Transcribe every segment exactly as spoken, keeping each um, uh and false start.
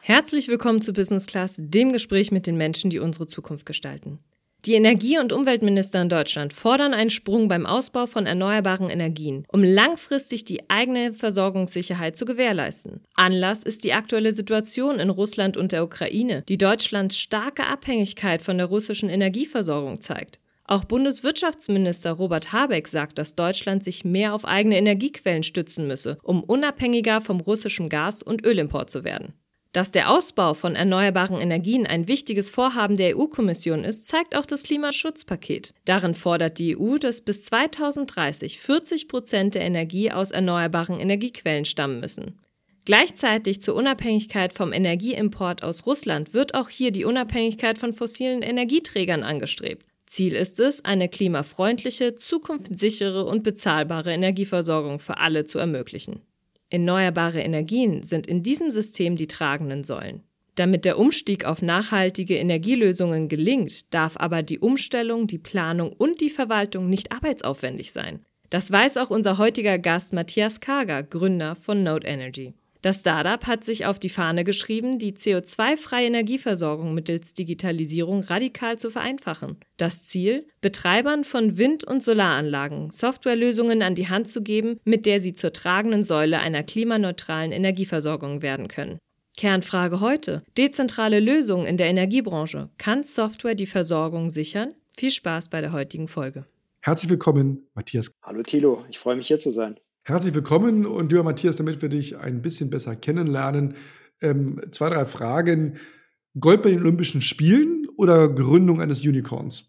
Herzlich willkommen zu Business Class, dem Gespräch mit den Menschen, die unsere Zukunft gestalten. Die Energie- und Umweltminister in Deutschland fordern einen Sprung beim Ausbau von erneuerbaren Energien, um langfristig die eigene Versorgungssicherheit zu gewährleisten. Anlass ist die aktuelle Situation in Russland und der Ukraine, die Deutschlands starke Abhängigkeit von der russischen Energieversorgung zeigt. Auch Bundeswirtschaftsminister Robert Habeck sagt, dass Deutschland sich mehr auf eigene Energiequellen stützen müsse, um unabhängiger vom russischen Gas- und Ölimport zu werden. Dass der Ausbau von erneuerbaren Energien ein wichtiges Vorhaben der E U-Kommission ist, zeigt auch das Klimaschutzpaket. Darin fordert die E U, dass bis zweitausenddreißig vierzig Prozent der Energie aus erneuerbaren Energiequellen stammen müssen. Gleichzeitig zur Unabhängigkeit vom Energieimport aus Russland wird auch hier die Unabhängigkeit von fossilen Energieträgern angestrebt. Ziel ist es, eine klimafreundliche, zukunftssichere und bezahlbare Energieversorgung für alle zu ermöglichen. Erneuerbare Energien sind in diesem System die tragenden Säulen. Damit der Umstieg auf nachhaltige Energielösungen gelingt, darf aber die Umstellung, die Planung und die Verwaltung nicht arbeitsaufwendig sein. Das weiß auch unser heutiger Gast Matthias Karger, Gründer von Node Energy. Das Startup hat sich auf die Fahne geschrieben, die C O zwei freie Energieversorgung mittels Digitalisierung radikal zu vereinfachen. Das Ziel? Betreibern von Wind- und Solaranlagen Softwarelösungen an die Hand zu geben, mit der sie zur tragenden Säule einer klimaneutralen Energieversorgung werden können. Kernfrage heute: Dezentrale Lösungen in der Energiebranche. Kann Software die Versorgung sichern? Viel Spaß bei der heutigen Folge. Herzlich willkommen, Matthias. Hallo Thilo, ich freue mich hier zu sein. Herzlich willkommen und lieber Matthias, damit wir dich ein bisschen besser kennenlernen, ähm, zwei, drei Fragen. Gold bei den Olympischen Spielen oder Gründung eines Unicorns?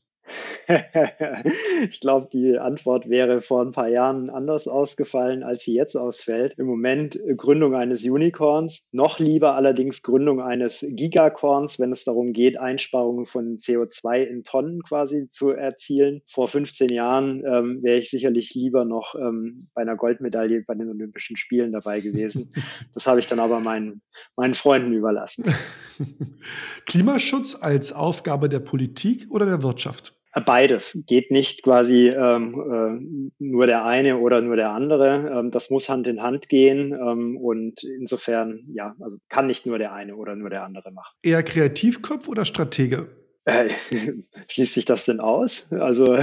Ich glaube, die Antwort wäre vor ein paar Jahren anders ausgefallen, als sie jetzt ausfällt. Im Moment Gründung eines Unicorns, noch lieber allerdings Gründung eines Gigacorns, wenn es darum geht, Einsparungen von C O zwei in Tonnen quasi zu erzielen. Vor fünfzehn Jahren ähm, wäre ich sicherlich lieber noch ähm, bei einer Goldmedaille bei den Olympischen Spielen dabei gewesen. Das habe ich dann aber meinen, meinen Freunden überlassen. Klimaschutz als Aufgabe der Politik oder der Wirtschaft? Beides geht nicht quasi ähm, äh, nur der eine oder nur der andere. Ähm, das muss Hand in Hand gehen ähm, und insofern, ja, also kann nicht nur der eine oder nur der andere machen. Eher Kreativkopf oder Stratege? Äh, schließt sich das denn aus? Also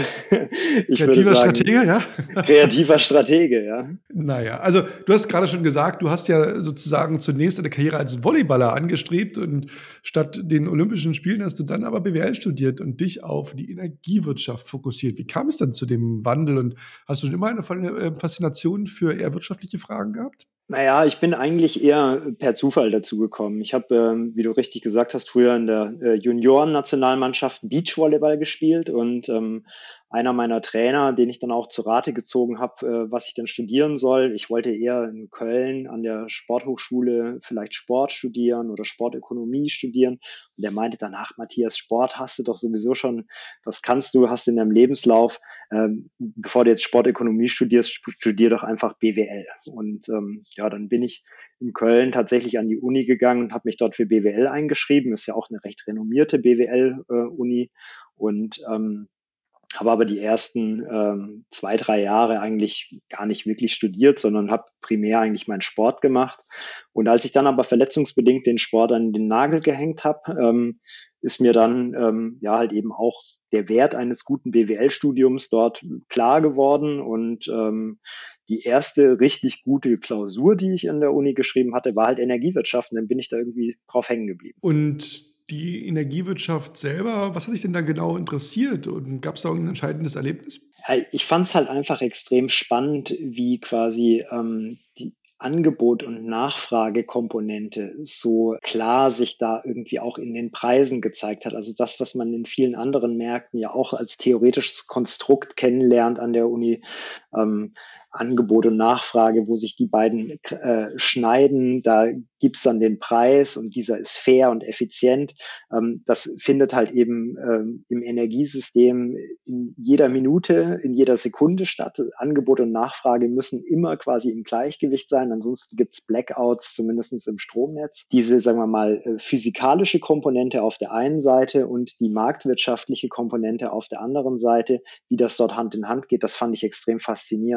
ich Kreativer würde sagen, Stratege, ja? Kreativer Stratege, ja. Naja, also du hast gerade schon gesagt, du hast ja sozusagen zunächst eine Karriere als Volleyballer angestrebt und statt den Olympischen Spielen hast du dann aber B W L studiert und dich auf die Energiewirtschaft fokussiert. Wie kam es denn zu dem Wandel und hast du schon immer eine Faszination für eher wirtschaftliche Fragen gehabt? Naja, ich bin eigentlich eher per Zufall dazu gekommen. Ich habe, ähm, wie du richtig gesagt hast, früher in der äh, Junioren-Nationalmannschaft Beachvolleyball gespielt und ähm, einer meiner Trainer, den ich dann auch zu Rate gezogen habe, äh, was ich denn studieren soll. Ich wollte eher in Köln an der Sporthochschule vielleicht Sport studieren oder Sportökonomie studieren. Und der meinte dann, ach Matthias, Sport hast du doch sowieso schon, das kannst du, hast du in deinem Lebenslauf. Ähm, bevor du jetzt Sportökonomie studierst, studier doch einfach B W L. Und ähm, ja, dann bin ich in Köln tatsächlich an die Uni gegangen und habe mich dort für B W L eingeschrieben. Ist ja auch eine recht renommierte B W L-Uni. Äh, und ähm, habe aber die ersten ähm, zwei, drei Jahre eigentlich gar nicht wirklich studiert, sondern habe primär eigentlich meinen Sport gemacht. Und als ich dann aber verletzungsbedingt den Sport an den Nagel gehängt habe, ähm, ist mir dann ähm, ja halt eben auch der Wert eines guten B W L-Studiums dort klar geworden. Und ähm, die erste richtig gute Klausur, die ich an der Uni geschrieben hatte, war halt Energiewirtschaft. Und dann bin ich da irgendwie drauf hängen geblieben. Und die Energiewirtschaft selber, was hat dich denn da genau interessiert und gab es da irgendein entscheidendes Erlebnis? Ich fand es halt einfach extrem spannend, wie quasi ähm, die Angebot- und Nachfragekomponente so klar sich da irgendwie auch in den Preisen gezeigt hat. Also das, was man in vielen anderen Märkten ja auch als theoretisches Konstrukt kennenlernt an der Uni, ähm, Angebot und Nachfrage, wo sich die beiden äh, schneiden, da gibt's dann den Preis und dieser ist fair und effizient. Ähm, das findet halt eben ähm, im Energiesystem in jeder Minute, in jeder Sekunde statt. Angebot und Nachfrage müssen immer quasi im Gleichgewicht sein, ansonsten gibt's Blackouts, zumindest im Stromnetz. Diese, sagen wir mal, physikalische Komponente auf der einen Seite und die marktwirtschaftliche Komponente auf der anderen Seite, wie das dort Hand in Hand geht, das fand ich extrem faszinierend. Genauso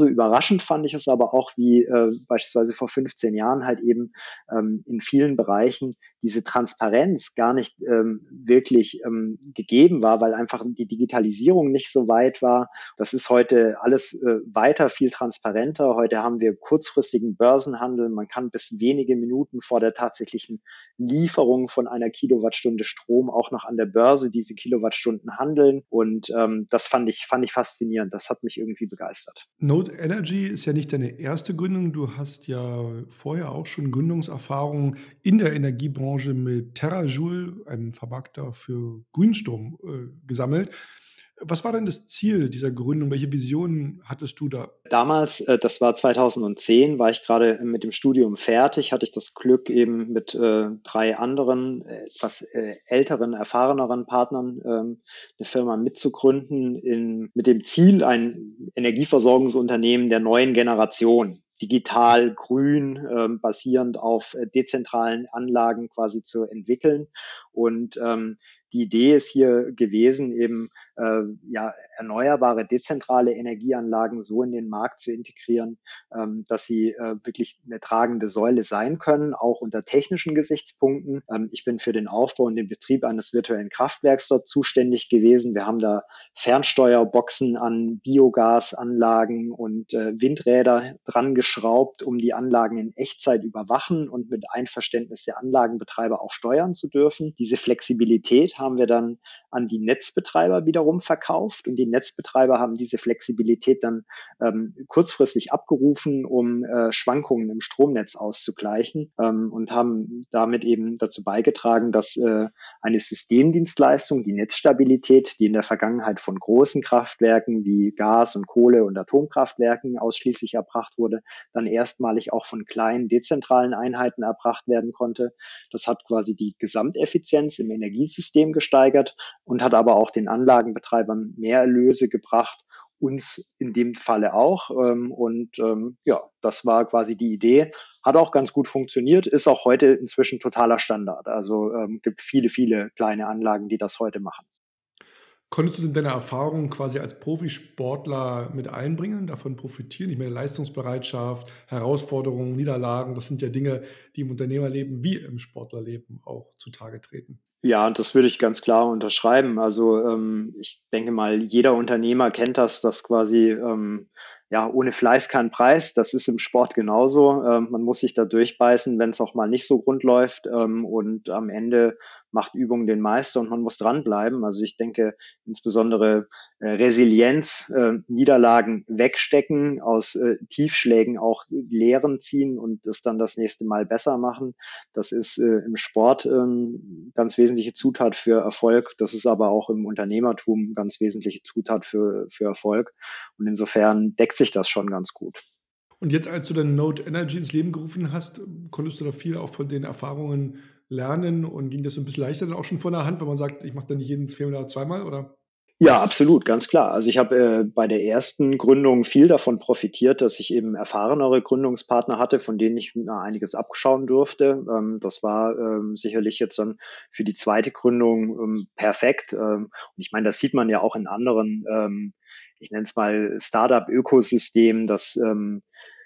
genauso überraschend fand ich es aber auch wie äh, beispielsweise vor fünfzehn Jahren halt eben ähm, in vielen Bereichen diese Transparenz gar nicht ähm, wirklich ähm, gegeben war, weil einfach die Digitalisierung nicht so weit war. Das ist heute alles äh, weiter, viel transparenter. Heute haben wir kurzfristigen Börsenhandel. Man kann bis wenige Minuten vor der tatsächlichen Lieferung von einer Kilowattstunde Strom auch noch an der Börse diese Kilowattstunden handeln. Und ähm, das fand ich, fand ich faszinierend. Das hat mich irgendwie begeistert. Node Energy ist ja nicht deine erste Gründung. Du hast ja vorher auch schon Gründungserfahrung in der Energiebranche mit TerraJoule, einem Vermarkter für Grünstrom, äh, gesammelt. Was war denn das Ziel dieser Gründung? Welche Visionen hattest du da? Damals, äh, das war zweitausendzehn, war ich gerade mit dem Studium fertig, hatte ich das Glück, eben mit äh, drei anderen, äh, etwas äh, älteren, erfahreneren Partnern ähm, eine Firma mitzugründen, in, mit dem Ziel, ein Energieversorgungsunternehmen der neuen Generation, digital, grün, äh, basierend auf äh, dezentralen Anlagen quasi zu entwickeln. Und ähm, die Idee ist hier gewesen, eben äh, ja, erneuerbare, dezentrale Energieanlagen so in den Markt zu integrieren, ähm, dass sie äh, wirklich eine tragende Säule sein können, auch unter technischen Gesichtspunkten. Ähm, ich bin für den Aufbau und den Betrieb eines virtuellen Kraftwerks dort zuständig gewesen. Wir haben da Fernsteuerboxen an Biogasanlagen und äh, Windräder dran geschraubt, um die Anlagen in Echtzeit überwachen und mit Einverständnis der Anlagenbetreiber auch steuern zu dürfen. Diese Flexibilität haben wir dann an die Netzbetreiber wiederum verkauft und die Netzbetreiber haben diese Flexibilität dann ähm, kurzfristig abgerufen, um äh, Schwankungen im Stromnetz auszugleichen ähm, und haben damit eben dazu beigetragen, dass äh, eine Systemdienstleistung, die Netzstabilität, die in der Vergangenheit von großen Kraftwerken wie Gas- und Kohle- und Atomkraftwerken ausschließlich erbracht wurde, dann erstmalig auch von kleinen dezentralen Einheiten erbracht werden konnte. Das hat quasi die Gesamteffizienz im Energiesystem gesteigert und hat aber auch den Anlagenbetreibern mehr Erlöse gebracht, uns in dem Falle auch. Und ähm, ja, das war quasi die Idee. Hat auch ganz gut funktioniert, ist auch heute inzwischen totaler Standard. Also ähm, gibt viele, viele kleine Anlagen, die das heute machen. Konntest du denn deine Erfahrungen quasi als Profisportler mit einbringen, davon profitieren? Ich meine, Leistungsbereitschaft, Herausforderungen, Niederlagen, das sind ja Dinge, die im Unternehmerleben wie im Sportlerleben auch zutage treten. Ja, und das würde ich ganz klar unterschreiben. Also ähm, ich denke mal, jeder Unternehmer kennt das, dass quasi ähm, ja ohne Fleiß kein Preis. Das ist im Sport genauso. Ähm, man muss sich da durchbeißen, wenn es auch mal nicht so rund läuft. Ähm, und am Ende macht Übung den Meister und man muss dranbleiben. Also ich denke insbesondere äh, Resilienz, äh, Niederlagen wegstecken, aus äh, Tiefschlägen auch Lehren ziehen und das dann das nächste Mal besser machen. Das ist äh, im Sport ähm, ganz wesentliche Zutat für Erfolg. Das ist aber auch im Unternehmertum ganz wesentliche Zutat für, für Erfolg. Und insofern deckt sich das schon ganz gut. Und jetzt, als du dann Node Energy ins Leben gerufen hast, konntest du da viel auch von den Erfahrungen lernen und ging das so ein bisschen leichter dann auch schon von der Hand, wenn man sagt, ich mache dann nicht jeden Fehler zweimal, oder? Ja, absolut, ganz klar. Also ich habe äh, bei der ersten Gründung viel davon profitiert, dass ich eben erfahrenere Gründungspartner hatte, von denen ich mir einiges abschauen durfte. Ähm, das war ähm, sicherlich jetzt dann für die zweite Gründung ähm, perfekt. Ähm, und ich meine, das sieht man ja auch in anderen, ähm, ich nenne es mal Startup-Ökosystemen, dass ähm,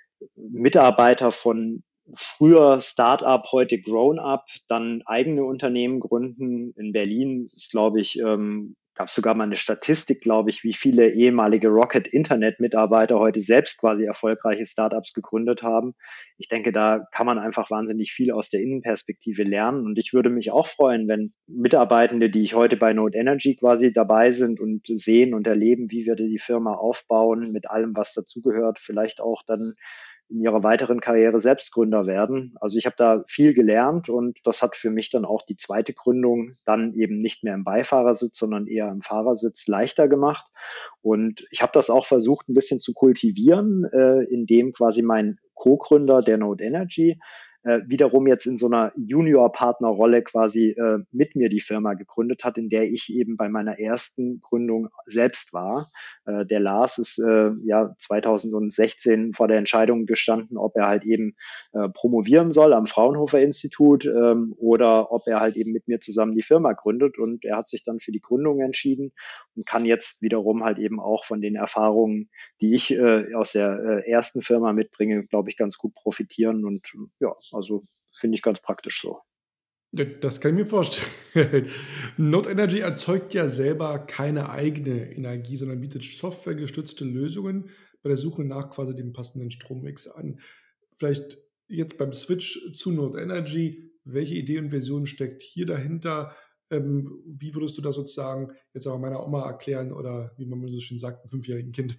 Mitarbeiter von früher Startup, heute Grown-up, dann eigene Unternehmen gründen. In Berlin ist, glaube ich, ähm, gab es sogar mal eine Statistik, glaube ich, wie viele ehemalige Rocket-Internet-Mitarbeiter heute selbst quasi erfolgreiche Startups gegründet haben. Ich denke, da kann man einfach wahnsinnig viel aus der Innenperspektive lernen. Und ich würde mich auch freuen, wenn Mitarbeitende, die ich heute bei Node Energy quasi dabei sind und sehen und erleben, wie wir die Firma aufbauen, mit allem, was dazugehört, vielleicht auch dann in ihrer weiteren Karriere Selbstgründer werden. Also ich habe da viel gelernt und das hat für mich dann auch die zweite Gründung dann eben nicht mehr im Beifahrersitz, sondern eher im Fahrersitz leichter gemacht. Und ich habe das auch versucht, ein bisschen zu kultivieren, äh, indem quasi mein Co-Gründer der Node Energy äh, wiederum jetzt in so einer Junior-Partner-Rolle quasi äh, mit mir die Firma gegründet hat, in der ich eben bei meiner ersten Gründung selbst war. Äh, der Lars ist äh, ja zweitausendsechzehn vor der Entscheidung gestanden, ob er halt eben äh, promovieren soll am Fraunhofer Institut ähm, oder ob er halt eben mit mir zusammen die Firma gründet, und er hat sich dann für die Gründung entschieden und kann jetzt wiederum halt eben auch von den Erfahrungen, die ich äh, aus der äh, ersten Firma mitbringe, glaube ich, ganz gut profitieren, und ja, also finde ich ganz praktisch so. Ja, das kann ich mir vorstellen. Node Energy erzeugt ja selber keine eigene Energie, sondern bietet softwaregestützte Lösungen bei der Suche nach quasi dem passenden Strommix an. Vielleicht jetzt beim Switch zu Node Energy, welche Idee und Version steckt hier dahinter? Ähm, wie würdest du das sozusagen jetzt auch meiner Oma erklären oder wie man so schön sagt, einem fünfjährigen Kind?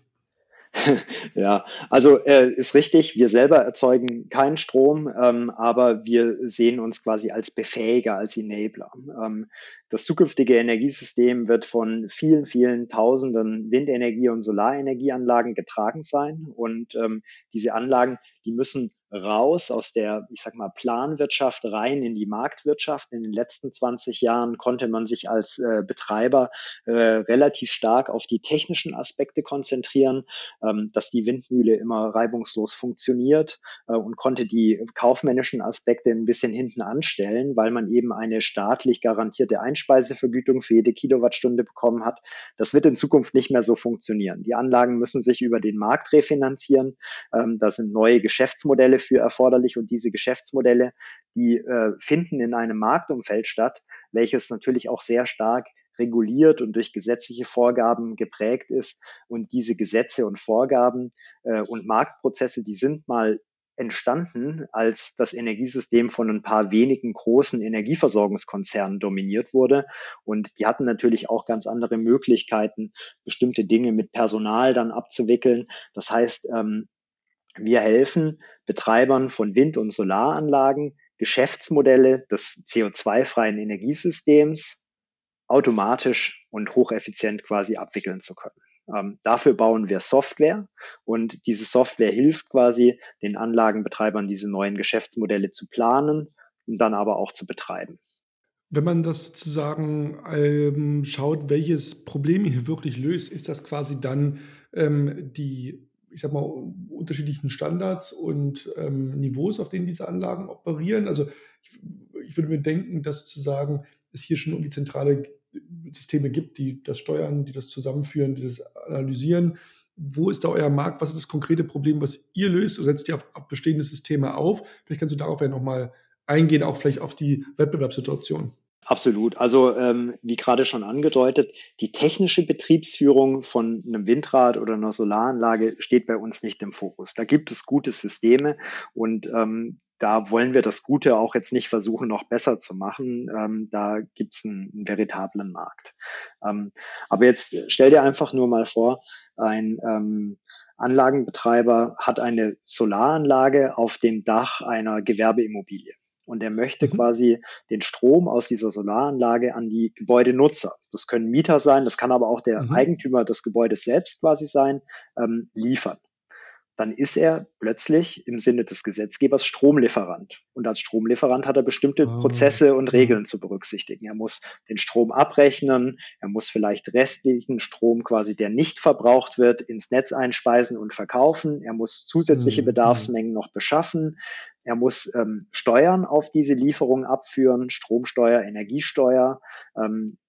Ja, also äh, ist richtig, wir selber erzeugen keinen Strom, ähm, aber wir sehen uns quasi als Befähiger, als Enabler. Ähm, das zukünftige Energiesystem wird von vielen, vielen tausenden Windenergie- und Solarenergieanlagen getragen sein, und ähm, diese Anlagen, die müssen raus aus der, ich sag mal, Planwirtschaft rein in die Marktwirtschaft. In den letzten zwanzig Jahren konnte man sich als äh, Betreiber äh, relativ stark auf die technischen Aspekte konzentrieren, ähm, dass die Windmühle immer reibungslos funktioniert, äh, und konnte die kaufmännischen Aspekte ein bisschen hinten anstellen, weil man eben eine staatlich garantierte Einspeisevergütung für jede Kilowattstunde bekommen hat. Das wird in Zukunft nicht mehr so funktionieren. Die Anlagen müssen sich über den Markt refinanzieren. Ähm, da sind neue Geschäftsmodelle für erforderlich, und diese Geschäftsmodelle, die äh, finden in einem Marktumfeld statt, welches natürlich auch sehr stark reguliert und durch gesetzliche Vorgaben geprägt ist. Und diese Gesetze und Vorgaben äh, und Marktprozesse, die sind mal entstanden, als das Energiesystem von ein paar wenigen großen Energieversorgungskonzernen dominiert wurde. Und die hatten natürlich auch ganz andere Möglichkeiten, bestimmte Dinge mit Personal dann abzuwickeln. Das heißt, ähm, wir helfen Betreibern von Wind- und Solaranlagen, Geschäftsmodelle des C O zwei freien Energiesystems automatisch und hocheffizient quasi abwickeln zu können. Ähm, dafür bauen wir Software, und diese Software hilft quasi den Anlagenbetreibern, diese neuen Geschäftsmodelle zu planen und dann aber auch zu betreiben. Wenn man das sozusagen ähm, schaut, welches Problem ihr hier wirklich löst, ist das quasi dann ähm, die, ich sag mal, unterschiedlichen Standards und ähm, Niveaus, auf denen diese Anlagen operieren. Also ich, ich würde mir denken, dass sozusagen es hier schon irgendwie zentrale Systeme gibt, die das steuern, die das zusammenführen, die das analysieren. Wo ist da euer Markt? Was ist das konkrete Problem, was ihr löst? Oder setzt ihr auf, auf bestehende Systeme auf? Vielleicht kannst du darauf ja nochmal eingehen, auch vielleicht auf die Wettbewerbssituation. Absolut. Also ähm, wie gerade schon angedeutet, die technische Betriebsführung von einem Windrad oder einer Solaranlage steht bei uns nicht im Fokus. Da gibt es gute Systeme, und ähm, da wollen wir das Gute auch jetzt nicht versuchen, noch besser zu machen. Ähm, da gibt es einen, einen veritablen Markt. Ähm, aber jetzt stell dir einfach nur mal vor, ein ähm, Anlagenbetreiber hat eine Solaranlage auf dem Dach einer Gewerbeimmobilie. Und er möchte Mhm. quasi den Strom aus dieser Solaranlage an die Gebäudenutzer, das können Mieter sein, das kann aber auch der Mhm. Eigentümer des Gebäudes selbst quasi sein, ähm, liefern. Dann ist er plötzlich im Sinne des Gesetzgebers Stromlieferant. Und als Stromlieferant hat er bestimmte Ah, Prozesse und ja. Regeln zu berücksichtigen. Er muss den Strom abrechnen, er muss vielleicht restlichen Strom quasi, der nicht verbraucht wird, ins Netz einspeisen und verkaufen. Er muss zusätzliche Mhm. Mhm. Bedarfsmengen noch beschaffen. Er muss ähm, Steuern auf diese Lieferung abführen, Stromsteuer, Energiesteuer. Ähm,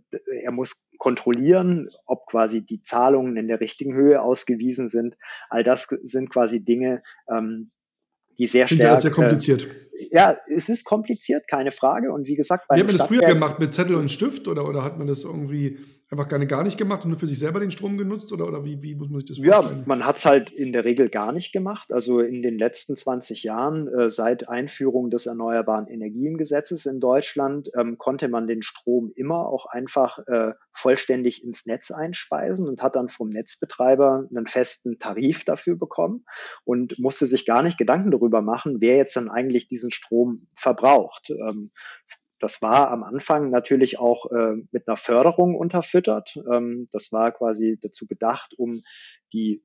er muss kontrollieren, ob quasi die Zahlungen in der richtigen Höhe ausgewiesen sind. All das sind quasi Dinge, ähm, die sehr Klingt ja alles sehr stark, äh, kompliziert. ja, es ist kompliziert, keine Frage. Und wie gesagt, bei Wie hat einem man das früher Stadtwerk, gemacht? Mit Zettel und Stift? Oder, oder hat man das irgendwie einfach gar nicht, gar nicht gemacht und nur für sich selber den Strom genutzt? Oder, oder wie, wie muss man sich das ja, vorstellen? man hat es halt in der Regel gar nicht gemacht. Also in den letzten zwanzig Jahren, äh, seit Einführung des Erneuerbaren Energiengesetzes in Deutschland, ähm, konnte man den Strom immer auch einfach äh, vollständig ins Netz einspeisen und hat dann vom Netzbetreiber einen festen Tarif dafür bekommen und musste sich gar nicht Gedanken darüber machen, wer jetzt dann eigentlich diesen Strom verbraucht. Ähm, Das war am Anfang natürlich auch äh, mit einer Förderung unterfüttert. Ähm, das war quasi dazu gedacht, um die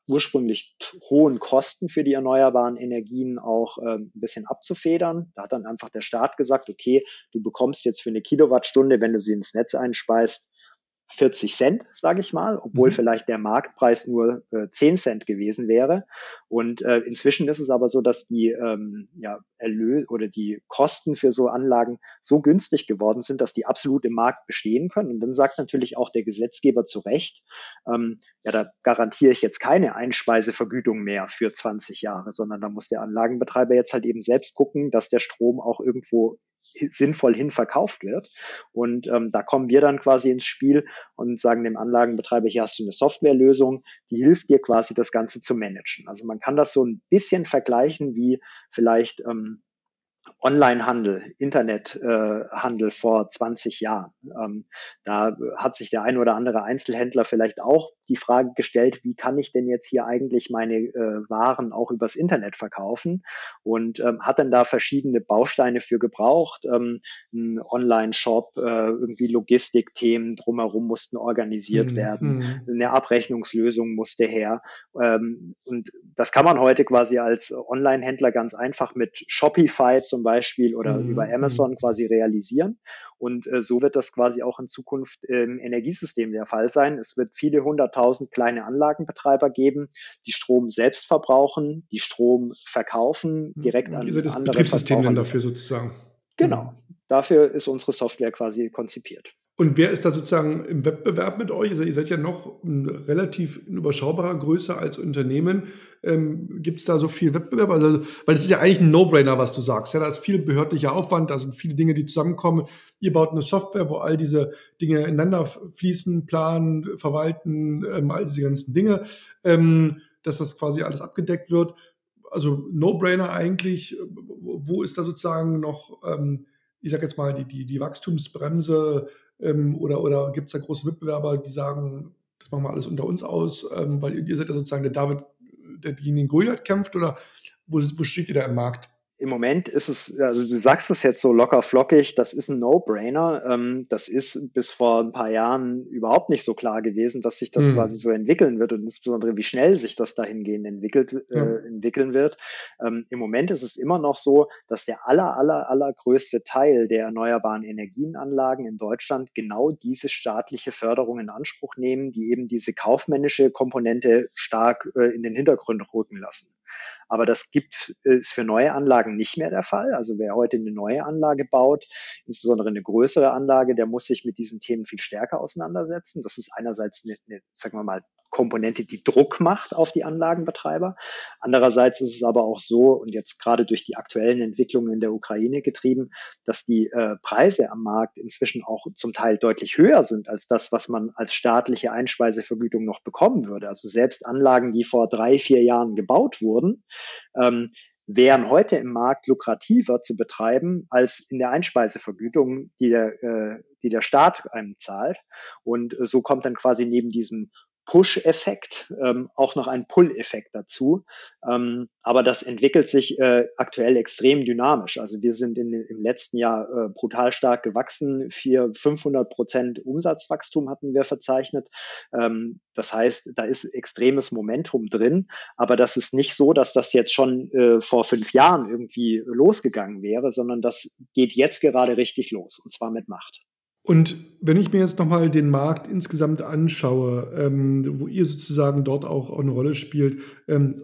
ursprünglich hohen Kosten für die erneuerbaren Energien auch äh, ein bisschen abzufedern. Da hat dann einfach der Staat gesagt, okay, du bekommst jetzt für eine Kilowattstunde, wenn du sie ins Netz einspeist, vierzig Cent, sage ich mal, obwohl mhm. vielleicht der Marktpreis nur äh, zehn Cent gewesen wäre. Und äh, inzwischen ist es aber so, dass die ähm, ja, Erlöse oder die Kosten für so Anlagen so günstig geworden sind, dass die absolut im Markt bestehen können. Und dann sagt natürlich auch der Gesetzgeber zu Recht, ähm, ja, da garantiere ich jetzt keine Einspeisevergütung mehr für zwanzig Jahre, sondern da muss der Anlagenbetreiber jetzt halt eben selbst gucken, dass der Strom auch irgendwo sinnvoll hin verkauft wird. Und ähm, da kommen wir dann quasi ins Spiel und sagen dem Anlagenbetreiber, hier hast du eine Softwarelösung, die hilft dir quasi das Ganze zu managen. Also man kann das so ein bisschen vergleichen wie vielleicht ähm, Onlinehandel, Internethandel äh, vor zwanzig Jahren. Ähm, da hat sich der ein oder andere Einzelhändler vielleicht auch die Frage gestellt, wie kann ich denn jetzt hier eigentlich meine äh, Waren auch übers Internet verkaufen? Und ähm, hat dann da verschiedene Bausteine für gebraucht. Ähm, ein Online-Shop, äh, irgendwie Logistikthemen drumherum mussten organisiert mhm. werden. Eine Abrechnungslösung musste her. Ähm, und das kann man heute quasi als Online-Händler ganz einfach mit Shopify zum Beispiel oder mhm. über Amazon quasi realisieren. Und äh, so wird das quasi auch in Zukunft im Energiesystem der Fall sein. Es wird viele hunderttausend kleine Anlagenbetreiber geben, die Strom selbst verbrauchen, die Strom verkaufen, direkt an ihr seid das andere Betriebssystem dann Verbraucher dafür sozusagen. Genau. Mhm. Dafür ist unsere Software quasi konzipiert. Und wer ist da sozusagen im Wettbewerb mit euch? Also ihr seid ja noch relativ in überschaubarer Größe als Unternehmen. Ähm, Gibt es da so viel Wettbewerb? Also, weil das ist ja eigentlich ein No-Brainer, was du sagst. Ja, da ist viel behördlicher Aufwand, da sind viele Dinge, die zusammenkommen. Ihr baut eine Software, wo all diese Dinge ineinander fließen, planen, verwalten, ähm, all diese ganzen Dinge, ähm, dass das quasi alles abgedeckt wird. Also No-Brainer eigentlich. Wo ist da sozusagen noch, ähm, ich sag jetzt mal, die, die, die Wachstumsbremse? Ähm, oder oder gibt es da große Wettbewerber, die sagen, das machen wir alles unter uns aus, ähm, weil ihr, ihr seid ja sozusagen der David, der gegen den Goliath kämpft, oder wo, wo steht ihr da im Markt? Im Moment ist es, also du sagst es jetzt so locker flockig, das ist ein No-Brainer. Ähm, das ist bis vor ein paar Jahren überhaupt nicht so klar gewesen, dass sich das hm. quasi so entwickeln wird und insbesondere wie schnell sich das dahingehend entwickelt, ja. äh, entwickeln wird. Ähm, Im Moment ist es immer noch so, dass der aller, aller, allergrößte Teil der erneuerbaren Energienanlagen in Deutschland genau diese staatliche Förderung in Anspruch nehmen, die eben diese kaufmännische Komponente stark äh, in den Hintergrund rücken lassen. Aber das gibt ist für neue Anlagen nicht mehr der Fall. Also wer heute eine neue Anlage baut, insbesondere eine größere Anlage, der muss sich mit diesen Themen viel stärker auseinandersetzen. Das ist einerseits eine, eine sagen wir mal, Komponente, die Druck macht auf die Anlagenbetreiber. Andererseits ist es aber auch so, und jetzt gerade durch die aktuellen Entwicklungen in der Ukraine getrieben, dass die äh, Preise am Markt inzwischen auch zum Teil deutlich höher sind als das, was man als staatliche Einspeisevergütung noch bekommen würde. Also selbst Anlagen, die vor drei, vier Jahren gebaut wurden, ähm, wären heute im Markt lukrativer zu betreiben als in der Einspeisevergütung, die der, äh, die der Staat einem zahlt. Und äh, so kommt dann quasi neben diesem Push-Effekt, ähm, auch noch ein Pull-Effekt dazu. Ähm, aber das entwickelt sich äh, aktuell extrem dynamisch. Also wir sind in, im letzten Jahr äh, brutal stark gewachsen. Vier, fünfhundert Prozent Umsatzwachstum hatten wir verzeichnet. Ähm, das heißt, da ist extremes Momentum drin. Aber das ist nicht so, dass das jetzt schon äh, vor fünf Jahren irgendwie losgegangen wäre, sondern das geht jetzt gerade richtig los, und zwar mit Macht. Und wenn ich mir jetzt nochmal den Markt insgesamt anschaue, ähm, wo ihr sozusagen dort auch, auch eine Rolle spielt, ähm,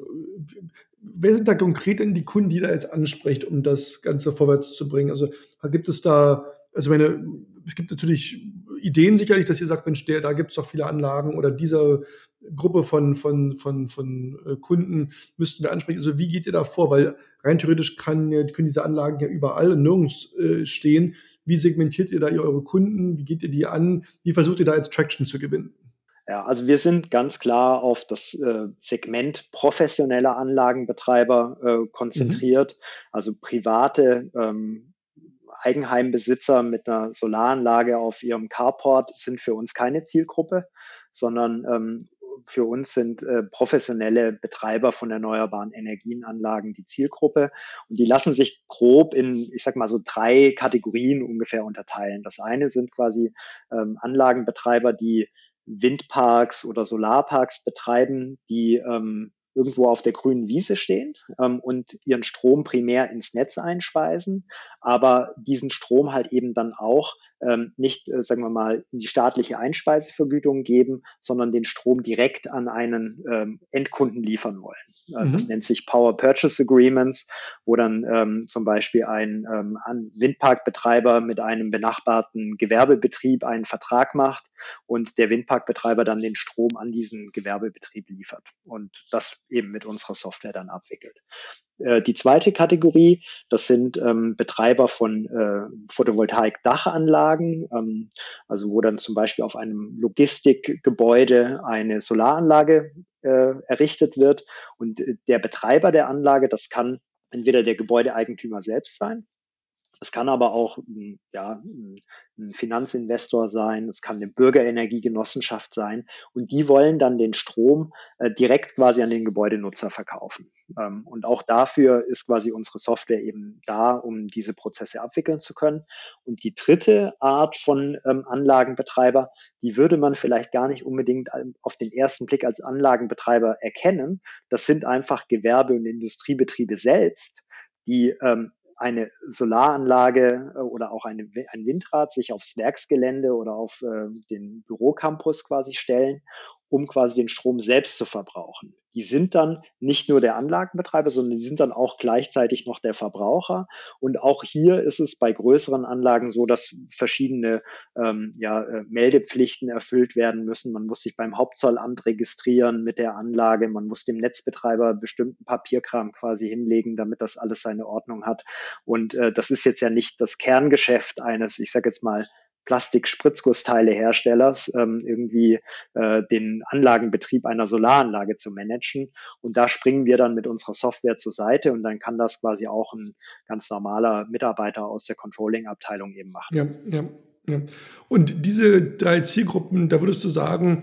wer sind da konkret denn die Kunden, die da jetzt anspricht, um das Ganze vorwärts zu bringen? Also gibt es da, also meine, es gibt natürlich Ideen sicherlich, dass ihr sagt, Mensch, der, da gibt es doch viele Anlagen oder diese Gruppe von, von, von, von äh, Kunden müssten wir ansprechen. Also wie geht ihr da vor? Weil rein theoretisch kann, können diese Anlagen ja überall und nirgends äh, stehen. Wie segmentiert ihr da eure Kunden? Wie geht ihr die an? Wie versucht ihr da jetzt Traction zu gewinnen? Ja, also wir sind ganz klar auf das äh, Segment professioneller Anlagenbetreiber äh, konzentriert, mhm. also private ähm, Eigenheimbesitzer mit einer Solaranlage auf ihrem Carport sind für uns keine Zielgruppe, sondern ähm, für uns sind äh, professionelle Betreiber von erneuerbaren Energienanlagen die Zielgruppe. Und die lassen sich grob in, ich sag mal so drei Kategorien ungefähr unterteilen. Das eine sind quasi ähm, Anlagenbetreiber, die Windparks oder Solarparks betreiben, die ähm, irgendwo auf der grünen Wiese stehen ähm, und ihren Strom primär ins Netz einspeisen, aber diesen Strom halt eben dann auch ähm, nicht, äh, sagen wir mal, in die staatliche Einspeisevergütung geben, sondern den Strom direkt an einen ähm, Endkunden liefern wollen. Äh, das Mhm. nennt sich Power Purchase Agreements, wo dann ähm, zum Beispiel ein ähm, ein Windparkbetreiber mit einem benachbarten Gewerbebetrieb einen Vertrag macht und der Windparkbetreiber dann den Strom an diesen Gewerbebetrieb liefert und das eben mit unserer Software dann abwickelt. Äh, die zweite Kategorie, das sind ähm, Betreiber von äh, Photovoltaik-Dachanlagen, ähm, also wo dann zum Beispiel auf einem Logistikgebäude eine Solaranlage äh, errichtet wird und äh, der Betreiber der Anlage, das kann entweder der Gebäudeeigentümer selbst sein. Es kann aber auch ja, ein Finanzinvestor sein, es kann eine Bürgerenergiegenossenschaft sein und die wollen dann den Strom äh, direkt quasi an den Gebäudenutzer verkaufen. Ähm, und auch dafür ist quasi unsere Software eben da, um diese Prozesse abwickeln zu können. Und die dritte Art von ähm, Anlagenbetreiber, die würde man vielleicht gar nicht unbedingt auf den ersten Blick als Anlagenbetreiber erkennen. Das sind einfach Gewerbe- und Industriebetriebe selbst, die ähm, eine Solaranlage äh, oder auch eine, ein Windrad sich aufs Werksgelände oder auf äh, den Bürocampus quasi stellen, um quasi den Strom selbst zu verbrauchen. Die sind dann nicht nur der Anlagenbetreiber, sondern die sind dann auch gleichzeitig noch der Verbraucher. Und auch hier ist es bei größeren Anlagen so, dass verschiedene ähm, ja, äh, Meldepflichten erfüllt werden müssen. Man muss sich beim Hauptzollamt registrieren mit der Anlage. Man muss dem Netzbetreiber bestimmten Papierkram quasi hinlegen, damit das alles seine Ordnung hat. Und äh, das ist jetzt ja nicht das Kerngeschäft eines, ich sage jetzt mal, Plastik-Spritzgussteile-Herstellers, ähm, irgendwie äh, den Anlagenbetrieb einer Solaranlage zu managen. Und da springen wir dann mit unserer Software zur Seite und dann kann das quasi auch ein ganz normaler Mitarbeiter aus der Controlling-Abteilung eben machen. Ja, ja, ja. Und diese drei Zielgruppen, da würdest du sagen,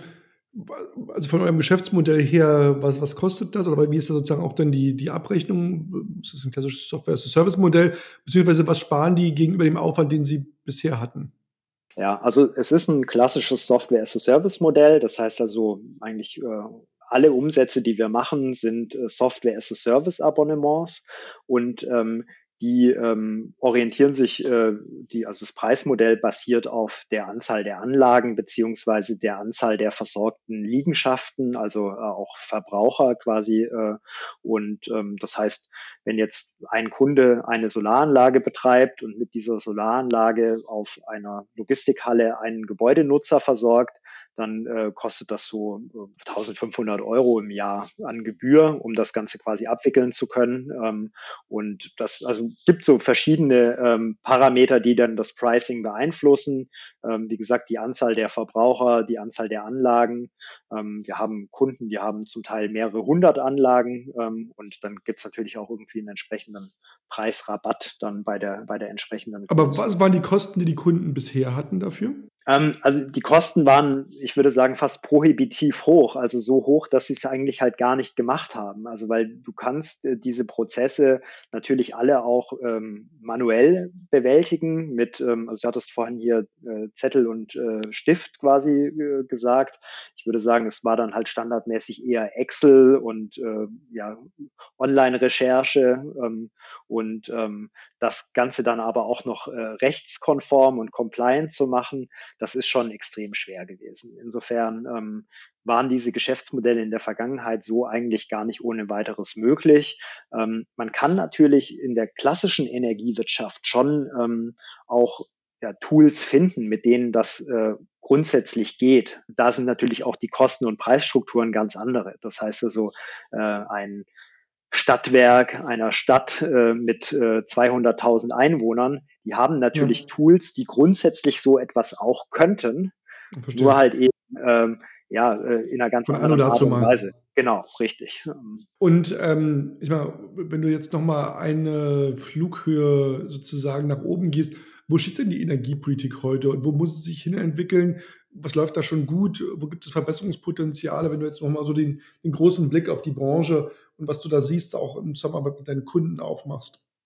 also von eurem Geschäftsmodell her, was, was kostet das? Oder wie ist da sozusagen auch dann die, die Abrechnung? Ist das ein klassisches Software-as-a-Service-Modell? Beziehungsweise was sparen die gegenüber dem Aufwand, den sie bisher hatten? Ja, also es ist ein klassisches Software-as-a-Service-Modell. Das heißt also eigentlich äh, alle Umsätze, die wir machen, sind äh, Software-as-a-Service-Abonnements und ähm, die ähm, orientieren sich, äh, die, also das Preismodell basiert auf der Anzahl der Anlagen beziehungsweise der Anzahl der versorgten Liegenschaften, also äh, auch Verbraucher quasi. Äh, und ähm, das heißt, wenn jetzt ein Kunde eine Solaranlage betreibt und mit dieser Solaranlage auf einer Logistikhalle einen Gebäudenutzer versorgt, dann äh, kostet das so äh, eintausendfünfhundert Euro im Jahr an Gebühr, um das Ganze quasi abwickeln zu können. Ähm, und das also gibt so verschiedene ähm, Parameter, die dann das Pricing beeinflussen. Ähm, wie gesagt, die Anzahl der Verbraucher, die Anzahl der Anlagen. Ähm, wir haben Kunden, die haben zum Teil mehrere hundert Anlagen ähm, und dann gibt es natürlich auch irgendwie einen entsprechenden Preisrabatt dann bei der, bei der entsprechenden Aber Größe. was waren die Kosten, die die Kunden bisher hatten dafür? Ähm, also die Kosten waren, ich würde sagen, fast prohibitiv hoch, also so hoch, dass sie es eigentlich halt gar nicht gemacht haben. Also weil du kannst äh, diese Prozesse natürlich alle auch ähm, manuell bewältigen mit, ähm, also du hattest vorhin hier äh, Zettel und äh, Stift quasi äh, gesagt. Ich würde sagen, es war dann halt standardmäßig eher Excel und äh, ja, Online-Recherche ähm, und ähm, das Ganze dann aber auch noch äh, rechtskonform und compliant zu machen, das ist schon extrem schwer gewesen. Insofern ähm, waren diese Geschäftsmodelle in der Vergangenheit so eigentlich gar nicht ohne weiteres möglich. Ähm, man kann natürlich in der klassischen Energiewirtschaft schon ähm, auch ja, Tools finden, mit denen das äh, grundsätzlich geht. Da sind natürlich auch die Kosten- und Preisstrukturen ganz andere. Das heißt also, äh, ein Stadtwerk einer Stadt äh, mit äh, zweihunderttausend Einwohnern, die haben Ja, natürlich Tools, die grundsätzlich so etwas auch könnten, verstehe. nur halt eben ähm, ja äh, in einer ganz Von Anno anderen Art dazu und mal. Weise. Genau, richtig. Ähm, Und ähm, ich meine, wenn du jetzt noch mal eine Flughöhe sozusagen nach oben gehst, wo steht denn die Energiepolitik heute und wo muss es sich hinentwickeln? Was läuft da schon gut? Wo gibt es Verbesserungspotenziale, wenn du jetzt noch mal so den, den großen Blick auf die Branche und was du da siehst, auch im Zusammenarbeit mit deinen Kunden aufmachst?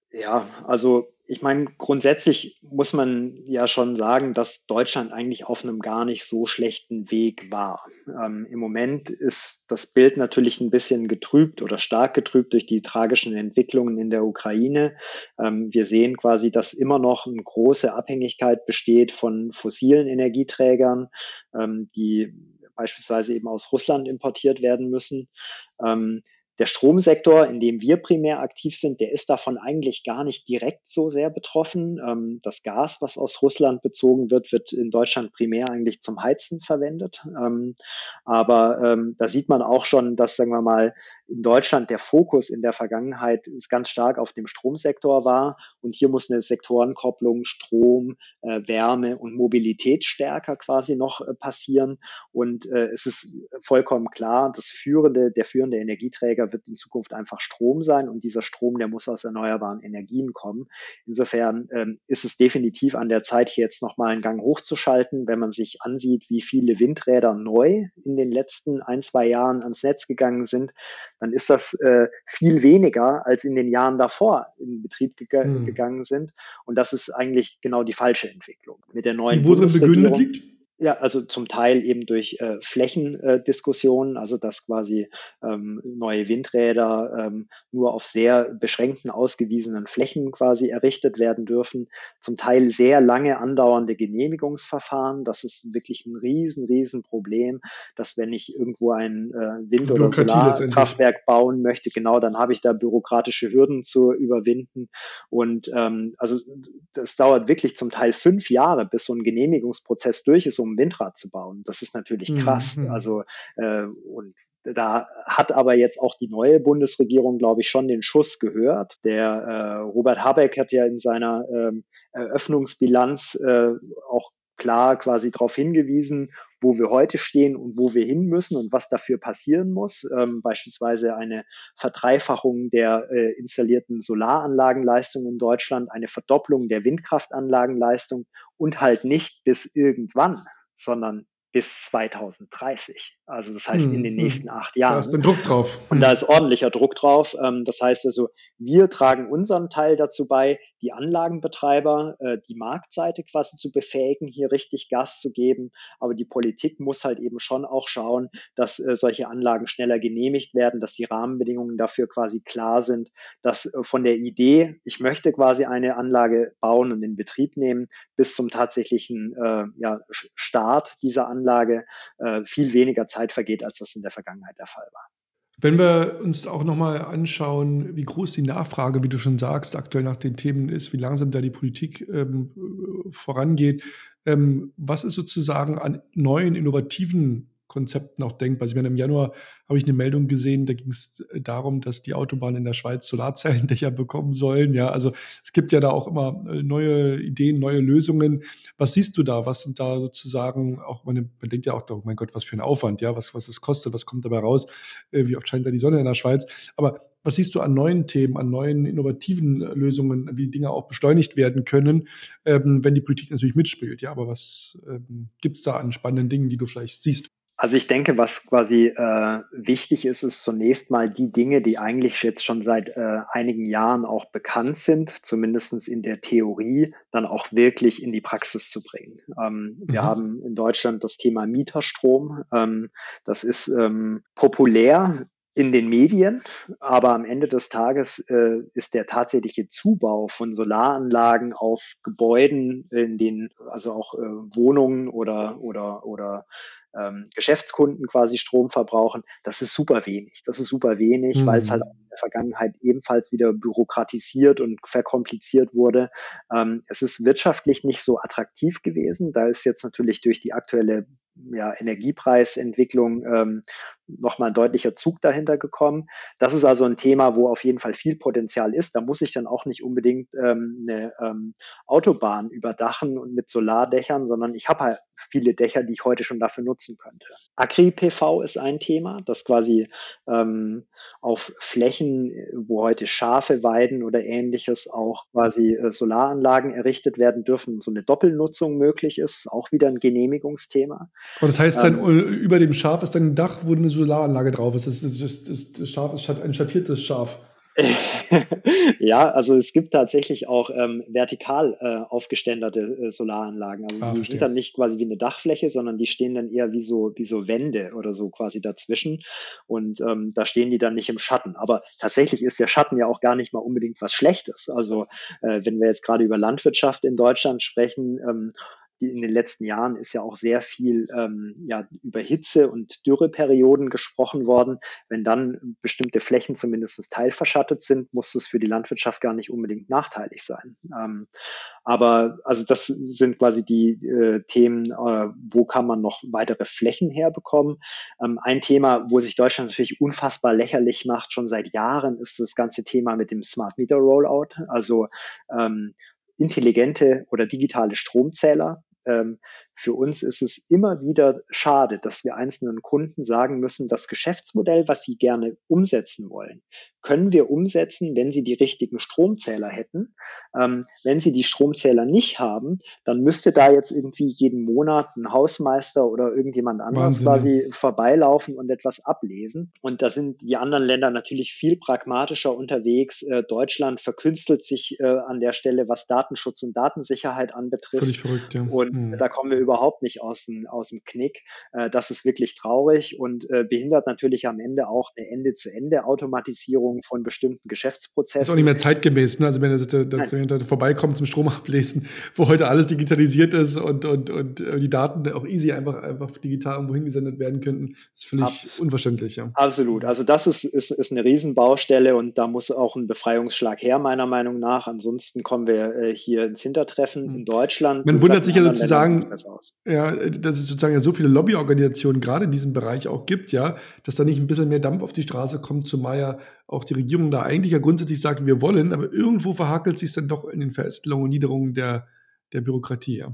Ja, also ich meine, grundsätzlich muss man ja schon sagen, dass Deutschland eigentlich auf einem gar nicht so schlechten Weg war. Ähm, Im Moment ist das Bild natürlich ein bisschen getrübt oder stark getrübt durch die tragischen Entwicklungen in der Ukraine. Ähm, wir sehen quasi, dass immer noch eine große Abhängigkeit besteht von fossilen Energieträgern, ähm, die beispielsweise eben aus Russland importiert werden müssen. Ähm, Der Stromsektor, in dem wir primär aktiv sind, der ist davon eigentlich gar nicht direkt so sehr betroffen. Ähm, das Gas, was aus Russland bezogen wird, wird in Deutschland primär eigentlich zum Heizen verwendet. Ähm, aber ähm, da sieht man auch schon, dass, sagen wir mal, in Deutschland der Fokus in der Vergangenheit ganz stark auf dem Stromsektor war. Und hier muss eine Sektorenkopplung Strom, äh, Wärme und Mobilität stärker quasi noch äh, passieren. Und äh, es ist vollkommen klar, das führende, der führende Energieträger wird in Zukunft einfach Strom sein. Und dieser Strom, der muss aus erneuerbaren Energien kommen. Insofern ähm, ist es definitiv an der Zeit, hier jetzt nochmal einen Gang hochzuschalten. Wenn man sich ansieht, wie viele Windräder neu in den letzten ein, zwei Jahren ans Netz gegangen sind, dann ist das äh, viel weniger, als in den Jahren davor in Betrieb ge Hm. gegangen sind. Und das ist eigentlich genau die falsche Entwicklung. Mit der neuen Die wo drin begründet Bundesregierung. liegt? Ja, also zum Teil eben durch äh, Flächendiskussionen, also dass quasi ähm, neue Windräder ähm, nur auf sehr beschränkten, ausgewiesenen Flächen quasi errichtet werden dürfen. Zum Teil sehr lange andauernde Genehmigungsverfahren. Das ist wirklich ein riesen, riesen Problem, dass wenn ich irgendwo ein äh, Wind- oder Solarkraftwerk bauen möchte, genau, dann habe ich da bürokratische Hürden zu überwinden. Und ähm, also das dauert wirklich zum Teil fünf Jahre, bis so ein Genehmigungsprozess durch ist, um ein Windrad zu bauen. Das ist natürlich krass. Mhm. Also äh, und da hat aber jetzt auch die neue Bundesregierung, glaube ich, schon den Schuss gehört. Der äh, Robert Habeck hat ja in seiner ähm, Eröffnungsbilanz äh, auch klar quasi darauf hingewiesen, wo wir heute stehen und wo wir hin müssen und was dafür passieren muss. Ähm, beispielsweise eine Verdreifachung der äh, installierten Solaranlagenleistung in Deutschland, eine Verdopplung der Windkraftanlagenleistung und halt nicht bis irgendwann, sondern bis zweitausenddreißig. Also das heißt in den nächsten acht Jahren. Da ist dann Druck drauf. Und da ist ordentlicher Druck drauf. Das heißt also, wir tragen unseren Teil dazu bei, die Anlagenbetreiber, die Marktseite quasi zu befähigen, hier richtig Gas zu geben. Aber die Politik muss halt eben schon auch schauen, dass solche Anlagen schneller genehmigt werden, dass die Rahmenbedingungen dafür quasi klar sind, dass von der Idee, ich möchte quasi eine Anlage bauen und in Betrieb nehmen, bis zum tatsächlichen äh, ja, Start dieser Anlage äh, viel weniger Zeit vergeht, als das in der Vergangenheit der Fall war. Wenn wir uns auch nochmal anschauen, wie groß die Nachfrage, wie du schon sagst, aktuell nach den Themen ist, wie langsam da die Politik ähm, vorangeht, ähm, was ist sozusagen an neuen, innovativen Konzepten auch denkbar? Also ich meine, im Januar habe ich eine Meldung gesehen, da ging es darum, dass die Autobahnen in der Schweiz Solarzellendächer bekommen sollen. Ja, also es gibt ja da auch immer neue Ideen, neue Lösungen. Was siehst du da? Was sind da sozusagen auch, man, man denkt ja auch, oh mein Gott, was für ein Aufwand, ja, was, was es kostet, was kommt dabei raus, wie oft scheint da die Sonne in der Schweiz. Aber was siehst du an neuen Themen, an neuen innovativen Lösungen, wie Dinge auch beschleunigt werden können, ähm, wenn die Politik natürlich mitspielt? Ja, aber was ähm, gibt es da an spannenden Dingen, die du vielleicht siehst? Also ich denke, was quasi äh, wichtig ist, ist zunächst mal die Dinge, die eigentlich jetzt schon seit äh, einigen Jahren auch bekannt sind, zumindest in der Theorie, dann auch wirklich in die Praxis zu bringen. Ähm, mhm. Wir haben in Deutschland das Thema Mieterstrom. Ähm, das ist ähm, populär in den Medien, aber am Ende des Tages äh, ist der tatsächliche Zubau von Solaranlagen auf Gebäuden, in denen also auch äh, Wohnungen oder oder oder ähm, Geschäftskunden quasi Strom verbrauchen, das ist super wenig. Das ist super wenig, mhm. weil es halt auch in der Vergangenheit ebenfalls wieder bürokratisiert und verkompliziert wurde. Ähm, es ist wirtschaftlich nicht so attraktiv gewesen. Da ist jetzt natürlich durch die aktuelle ja, Energiepreisentwicklung ähm, nochmal ein deutlicher Zug dahinter gekommen. Das ist also ein Thema, wo auf jeden Fall viel Potenzial ist. Da muss ich dann auch nicht unbedingt ähm, eine ähm, Autobahn überdachen und mit Solardächern, sondern ich habe halt viele Dächer, die ich heute schon dafür nutzen könnte. Agri-P V ist ein Thema, das quasi ähm, auf Flächen, wo heute Schafe weiden oder ähnliches, auch quasi äh, Solaranlagen errichtet werden dürfen und so eine Doppelnutzung möglich ist, ist auch wieder ein Genehmigungsthema. Und das heißt dann, ähm, über dem Schaf ist dann ein Dach, wo eine Solaranlage drauf ist. Das, das, das, das Schaf ist ein schattiertes Schaf. Ja, also es gibt tatsächlich auch ähm, vertikal äh, aufgeständerte äh, Solaranlagen. Also Ah, die sind verstehe. dann nicht quasi wie eine Dachfläche, sondern die stehen dann eher wie so, wie so Wände oder so quasi dazwischen. Und ähm, da stehen die dann nicht im Schatten. Aber tatsächlich ist der Schatten ja auch gar nicht mal unbedingt was Schlechtes. Also äh, wenn wir jetzt gerade über Landwirtschaft in Deutschland sprechen, ähm, die in den letzten Jahren ist ja auch sehr viel ähm, ja, über Hitze- und Dürreperioden gesprochen worden. Wenn dann bestimmte Flächen zumindest teilverschattet sind, muss es für die Landwirtschaft gar nicht unbedingt nachteilig sein. Ähm, aber also das sind quasi die äh, Themen, äh, wo kann man noch weitere Flächen herbekommen. Ähm, ein Thema, wo sich Deutschland natürlich unfassbar lächerlich macht, schon seit Jahren, ist das ganze Thema mit dem Smart Meter Rollout, also ähm, intelligente oder digitale Stromzähler. Ähm, für uns ist es immer wieder schade, dass wir einzelnen Kunden sagen müssen, das Geschäftsmodell, was sie gerne umsetzen wollen, können wir umsetzen, wenn sie die richtigen Stromzähler hätten. Ähm, wenn sie die Stromzähler nicht haben, dann müsste da jetzt irgendwie jeden Monat ein Hausmeister oder irgendjemand anders Wahnsinn, ja. quasi vorbeilaufen und etwas ablesen. Und da sind die anderen Länder natürlich viel pragmatischer unterwegs. Äh, Deutschland verkünstelt sich äh, an der Stelle, was Datenschutz und Datensicherheit anbetrifft. Völlig verrückt, ja. Und Hm. da kommen wir überhaupt nicht aus dem, aus dem Knick. Äh, das ist wirklich traurig und äh, behindert natürlich am Ende auch eine Ende-zu-Ende-Automatisierung von bestimmten Geschäftsprozessen. Ist auch nicht mehr zeitgemäß, ne? Also wenn er da vorbeikommt zum Strom ablesen, wo heute alles digitalisiert ist und, und, und die Daten auch easy einfach, einfach digital irgendwo hingesendet werden könnten, ist völlig Ab, unverständlich, ja. Absolut. Also das ist, ist, ist eine Riesenbaustelle und da muss auch ein Befreiungsschlag her, meiner Meinung nach. Ansonsten kommen wir äh, hier ins Hintertreffen in Deutschland. Man wundert sich ja sozusagen, aus. ja, dass es sozusagen ja so viele Lobbyorganisationen gerade in diesem Bereich auch gibt, ja, dass da nicht ein bisschen mehr Dampf auf die Straße kommt, zumal ja auch die Regierung da eigentlich ja grundsätzlich sagt, wir wollen, aber irgendwo verhakelt sich es dann doch in den Verästelungen und Niederungen der, der Bürokratie, ja.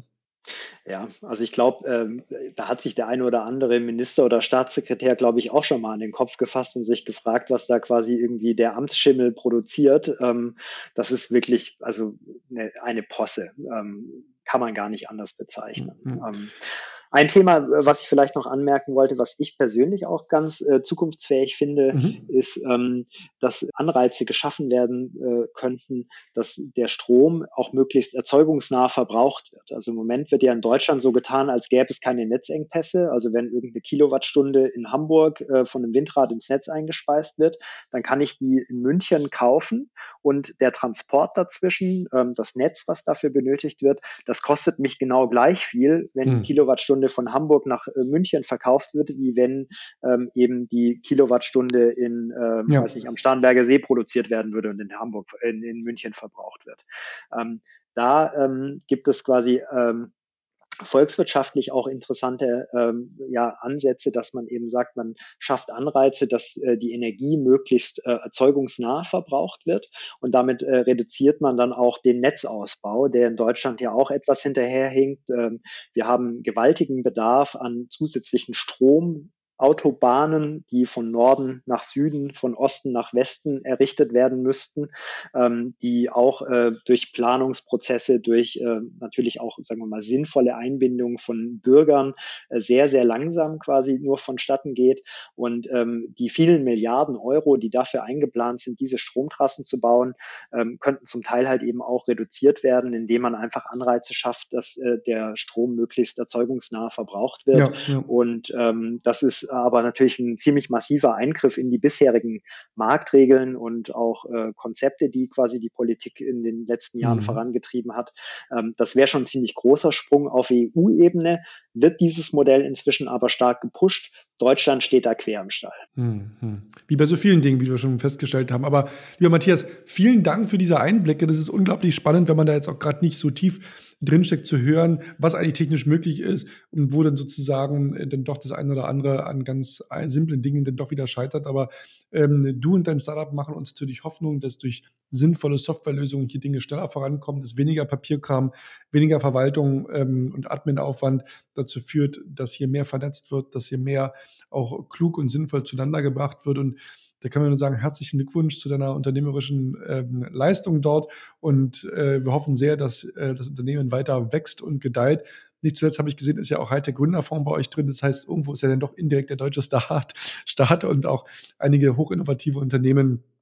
Ja, also ich glaube, ähm, da hat sich der eine oder andere Minister oder Staatssekretär, glaube ich, auch schon mal an den Kopf gefasst und sich gefragt, was da quasi irgendwie der Amtsschimmel produziert. Ähm, das ist wirklich also eine, eine Posse, ähm, kann man gar nicht anders bezeichnen. Mhm. Ähm, ein Thema, was ich vielleicht noch anmerken wollte, was ich persönlich auch ganz äh, zukunftsfähig finde, mhm. ist, ähm, dass Anreize geschaffen werden äh, könnten, dass der Strom auch möglichst erzeugungsnah verbraucht wird. Also im Moment wird ja in Deutschland so getan, als gäbe es keine Netzengpässe. Also wenn irgendeine Kilowattstunde in Hamburg äh, von einem Windrad ins Netz eingespeist wird, dann kann ich die in München kaufen und der Transport dazwischen, ähm, das Netz, was dafür benötigt wird, das kostet mich genau gleich viel, wenn die mhm. Kilowattstunde von Hamburg nach äh, München verkauft wird, wie wenn ähm, eben die Kilowattstunde in, ähm, ja. weiß nicht, am Starnberger See produziert werden würde und in Hamburg, in, in München verbraucht wird. Ähm, da ähm, gibt es quasi ähm, volkswirtschaftlich auch interessante ähm, ja, Ansätze, dass man eben sagt, man schafft Anreize, dass äh, die Energie möglichst äh, erzeugungsnah verbraucht wird und damit äh, reduziert man dann auch den Netzausbau, der in Deutschland ja auch etwas hinterherhinkt. Ähm, wir haben gewaltigen Bedarf an zusätzlichen Strom. Autobahnen, die von Norden nach Süden, von Osten nach Westen errichtet werden müssten, ähm, die auch äh, durch Planungsprozesse, durch äh, natürlich auch, sagen wir mal, sinnvolle Einbindung von Bürgern äh, sehr, sehr langsam quasi nur vonstatten geht. Und ähm, die vielen Milliarden Euro, die dafür eingeplant sind, diese Stromtrassen zu bauen, ähm, könnten zum Teil halt eben auch reduziert werden, indem man einfach Anreize schafft, dass äh, der Strom möglichst erzeugungsnah verbraucht wird. Ja, ja. Und ähm, das ist aber natürlich ein ziemlich massiver Eingriff in die bisherigen Marktregeln und auch äh, Konzepte, die quasi die Politik in den letzten Jahren mhm. vorangetrieben hat. Ähm, das wäre schon ein ziemlich großer Sprung auf E U-Ebene, wird dieses Modell inzwischen aber stark gepusht. Deutschland steht da quer im Stall. Mhm. Wie bei so vielen Dingen, wie wir schon festgestellt haben. Aber lieber Matthias, vielen Dank für diese Einblicke. Das ist unglaublich spannend, wenn man da jetzt auch gerade nicht so tief drinsteckt, zu hören, was eigentlich technisch möglich ist und wo dann sozusagen äh, dann doch das eine oder andere an ganz simplen Dingen dann doch wieder scheitert. Aber ähm, du und dein Startup machen uns natürlich Hoffnung, dass durch sinnvolle Softwarelösungen hier Dinge schneller vorankommen, dass weniger Papierkram, weniger Verwaltung ähm, und Adminaufwand dazu führt, dass hier mehr vernetzt wird, dass hier mehr auch klug und sinnvoll zueinander gebracht wird. Und da können wir nur sagen, herzlichen Glückwunsch zu deiner unternehmerischen ähm, Leistung dort. Und äh, wir hoffen sehr, dass äh, das Unternehmen weiter wächst und gedeiht. Nicht zuletzt habe ich gesehen, ist ja auch Hightech Gründerfonds bei euch drin. Das heißt, irgendwo ist ja dann doch indirekt der deutsche Staat, Staat und auch einige hochinnovative Unternehmen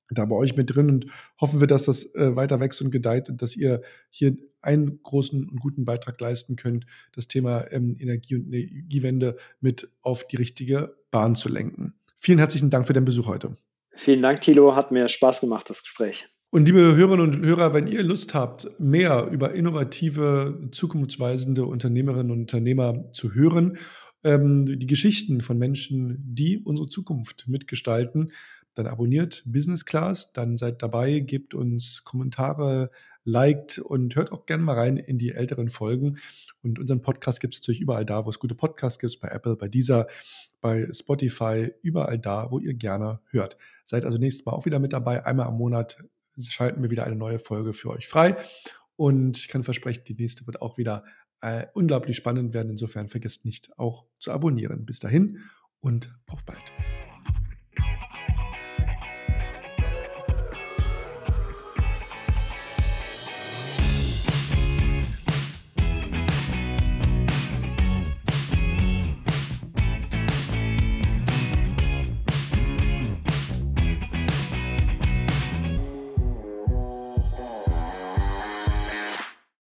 da bei euch mit drin und hoffen wir, dass das äh, weiter wächst und gedeiht und dass ihr hier einen großen und guten Beitrag leisten könnt, das Thema ähm, Energie und Energiewende mit auf die richtige Bahn zu lenken. Vielen herzlichen Dank für den Besuch heute. Vielen Dank, Thilo. Hat mir Spaß gemacht, das Gespräch. Und liebe Hörerinnen und Hörer, wenn ihr Lust habt, mehr über innovative, zukunftsweisende Unternehmerinnen und Unternehmer zu hören, ähm, die Geschichten von Menschen, die unsere Zukunft mitgestalten, dann abonniert Business Class, dann seid dabei, gebt uns Kommentare, liked und hört auch gerne mal rein in die älteren Folgen. Und unseren Podcast gibt es natürlich überall da, wo es gute Podcasts gibt, bei Apple, bei Deezer, bei Spotify, überall da, wo ihr gerne hört. Seid also nächstes Mal auch wieder mit dabei. Einmal am Monat schalten wir wieder eine neue Folge für euch frei. Und ich kann versprechen, die nächste wird auch wieder äh, unglaublich spannend werden. Insofern vergesst nicht auch zu abonnieren. Bis dahin und auf bald.